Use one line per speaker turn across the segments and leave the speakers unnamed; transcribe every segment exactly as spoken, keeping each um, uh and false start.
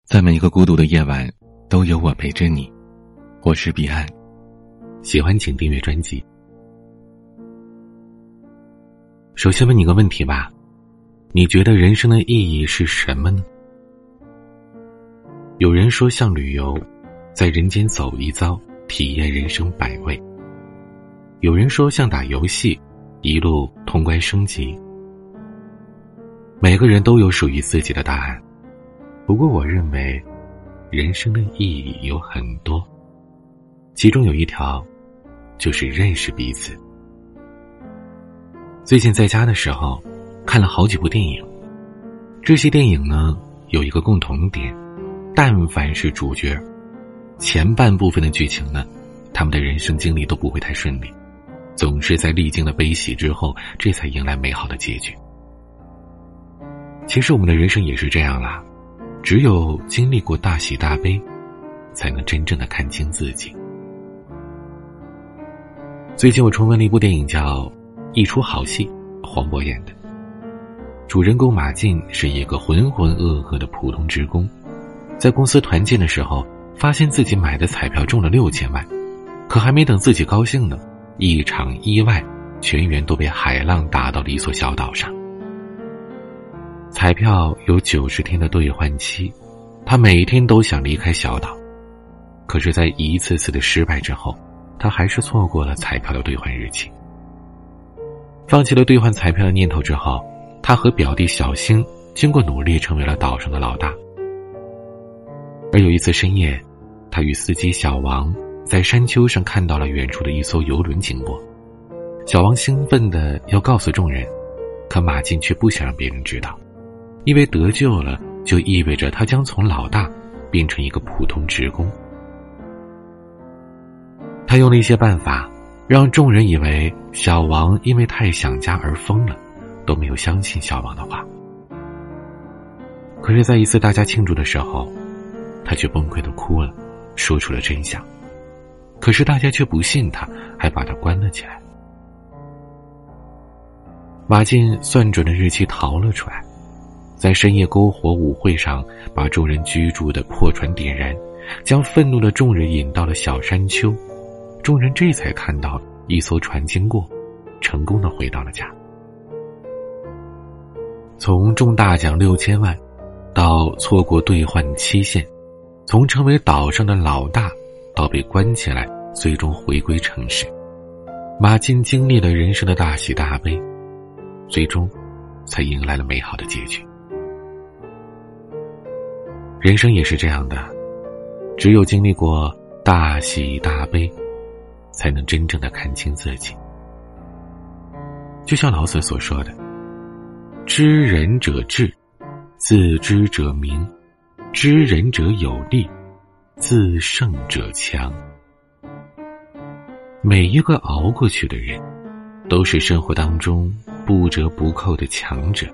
在每一个孤独的夜晚，都有我陪着你。我是彼岸，喜欢请订阅专辑。首先问你个问题吧，你觉得人生的意义是什么呢？有人说像旅游，在人间走一遭，体验人生百味。有人说像打游戏，一路通关升级。每个人都有属于自己的答案，不过我认为人生的意义有很多，其中有一条就是认识彼此。最近在家的时候看了好几部电影，这些电影呢有一个共同点，但凡是主角，前半部分的剧情呢，他们的人生经历都不会太顺利，总是在历经了悲喜之后，这才迎来美好的结局。其实我们的人生也是这样啦，只有经历过大喜大悲，才能真正的看清自己。最近我重温了一部电影叫《一出好戏》，黄渤演的。主人公马进是一个浑浑噩噩的普通职工，在公司团建的时候，发现自己买的彩票中了六千万，可还没等自己高兴呢，一场意外，全员都被海浪打到了一座小岛上。彩票有九十天的兑换期，他每天都想离开小岛，可是在一次次的失败之后，他还是错过了彩票的兑换日期。放弃了兑换彩票的念头之后，他和表弟小星经过努力成为了岛上的老大。而有一次深夜，他与司机小王在山丘上看到了远处的一艘游轮经过，小王兴奋地要告诉众人，可马进却不想让别人知道，因为得救了就意味着他将从老大变成一个普通职工。他用了一些办法，让众人以为小王因为太想家而疯了，都没有相信小王的话。可是在一次大家庆祝的时候，他却崩溃地哭了，说出了真相。可是大家却不信他，还把他关了起来。马进算准了日期逃了出来，在深夜篝火舞会上把众人居住的破船点燃，将愤怒的众人引到了小山丘，众人这才看到一艘船经过，成功地回到了家。从中大奖六千万到错过兑换期限，从成为岛上的老大到被关起来，最终回归城市，马进经历了人生的大喜大悲，最终才迎来了美好的结局。人生也是这样的，只有经历过大喜大悲，才能真正的看清自己。就像老子所说的，知人者智，自知者明，知人者有力，自胜者强。每一个熬过去的人，都是生活当中不折不扣的强者。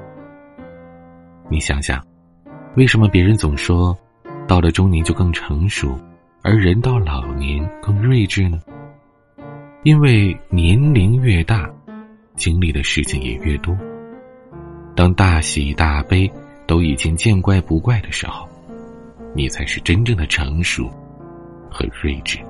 你想想，为什么别人总说到了中年就更成熟，而人到老年更睿智呢？因为年龄越大，经历的事情也越多。当大喜大悲都已经见怪不怪的时候，你才是真正的成熟和睿智。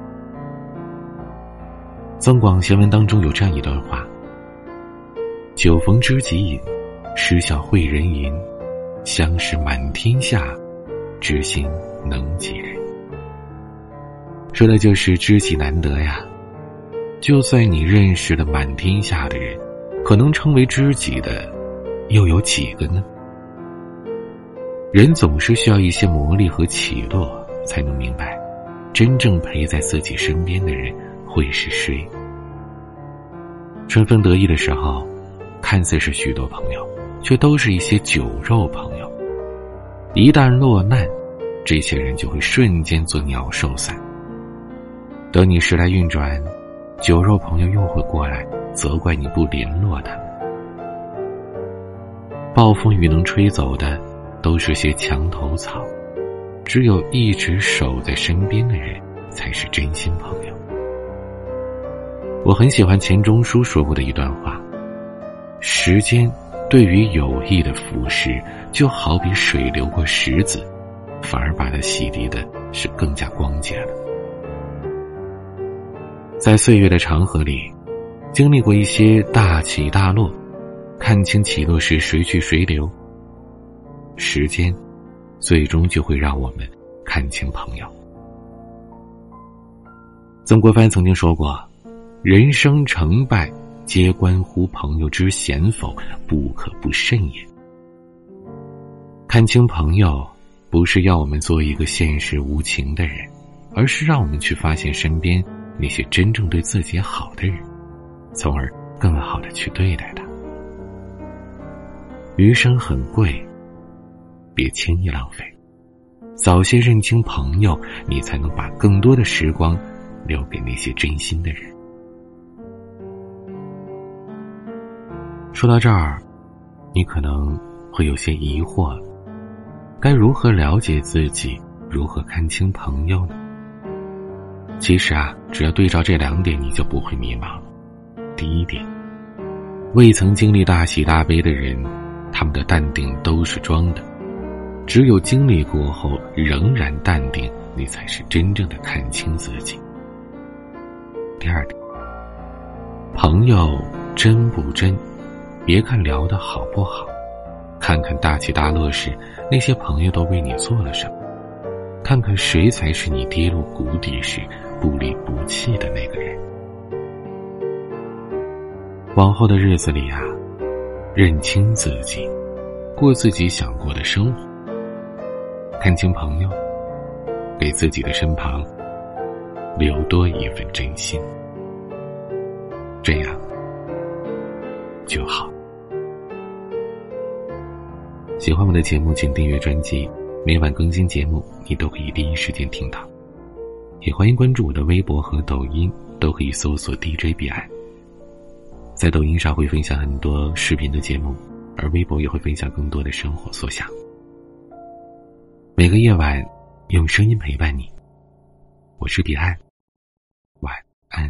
增广贤文当中有这样一段话：酒逢知己饮，诗笑会人吟，相识满天下，知心能几人。说的就是知己难得呀，就算你认识了满天下的人，可能成为知己的又有几个呢？人总是需要一些磨砺和起落，才能明白真正陪在自己身边的人会是谁。春风得意的时候，看似是许多朋友，却都是一些酒肉朋友。一旦落难，这些人就会瞬间做鸟兽散。等你时来运转，酒肉朋友又会过来责怪你不联络他们。暴风雨能吹走的都是些墙头草，只有一直守在身边的人才是真心朋友。我很喜欢钱钟书说过的一段话：时间对于友谊的腐蚀，就好比水流过石子， 反而把它洗涤的是更加光洁了。在岁月的长河里，经历过一些大起大落，看清起落时谁去谁留，时间最终就会让我们看清朋友。曾国藩曾经说过，人生成败皆关乎朋友之贤否，不可不慎也。看清朋友不是要我们做一个现实无情的人，而是让我们去发现身边那些真正对自己好的人，从而更好的去对待他。余生很贵，别轻易浪费，早些认清朋友，你才能把更多的时光留给那些真心的人。说到这儿，你可能会有些疑惑了，该如何了解自己，如何看清朋友呢？其实啊，只要对照这两点，你就不会迷茫了。第一点，未曾经历大喜大悲的人，他们的淡定都是装的，只有经历过后仍然淡定，你才是真正的看清自己。第二点，朋友真不真，别看聊得好不好，看看大起大落时那些朋友都为你做了什么，看看谁才是你跌入谷底时不离不弃的那个人。往后的日子里啊，认清自己，过自己想过的生活，看清朋友，给自己的身旁留多一份真心，这样就好。喜欢我的节目，请订阅专辑，每晚更新节目你都可以第一时间听到。也欢迎关注我的微博和抖音，都可以搜索 D J 彼岸。在抖音上会分享很多视频的节目，而微博也会分享更多的生活所想。每个夜晚用声音陪伴你，我是彼岸，晚安。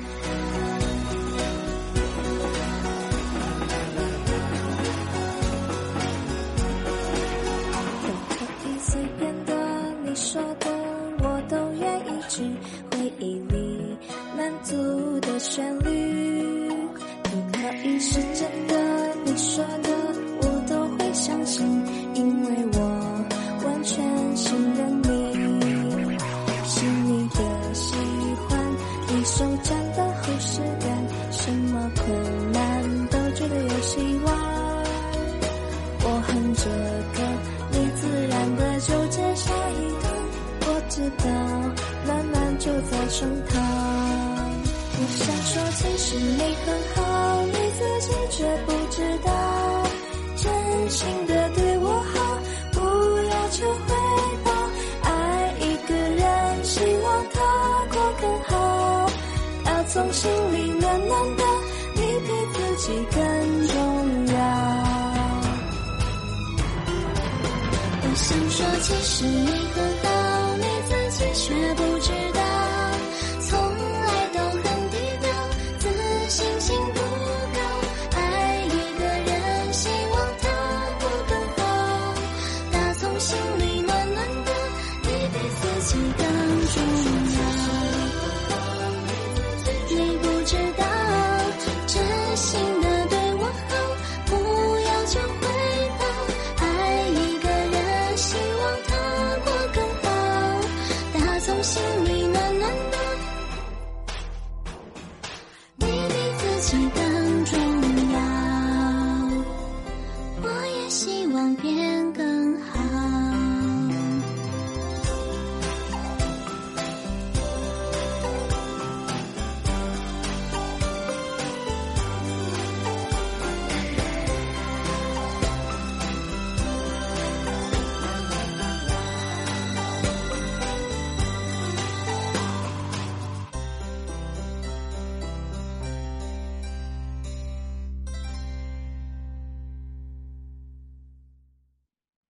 说的我都愿意去，回忆里满足的旋律，不可以是真的，你说的我都会相信，因为我完全信任你，是你的喜欢，你手掌的厚实感，什么困难都觉得有希望，我哼着歌，你自然的就接下一段，我知道浪漫就在胸膛。我想说其实你很好，你自己却不知道，真心的对我好，不要求回报，爱一个人希望他过更好，他从心里暖暖的，你比自己更重要。我想说其实你很好，你自己却不知道，从来都很低调，自信心不高，爱一个人希望他过更好，打从心里暖暖的，你比自己更重要。你不知道真心的对我好，不要求回报，爱一个人希望他过更好，打从心里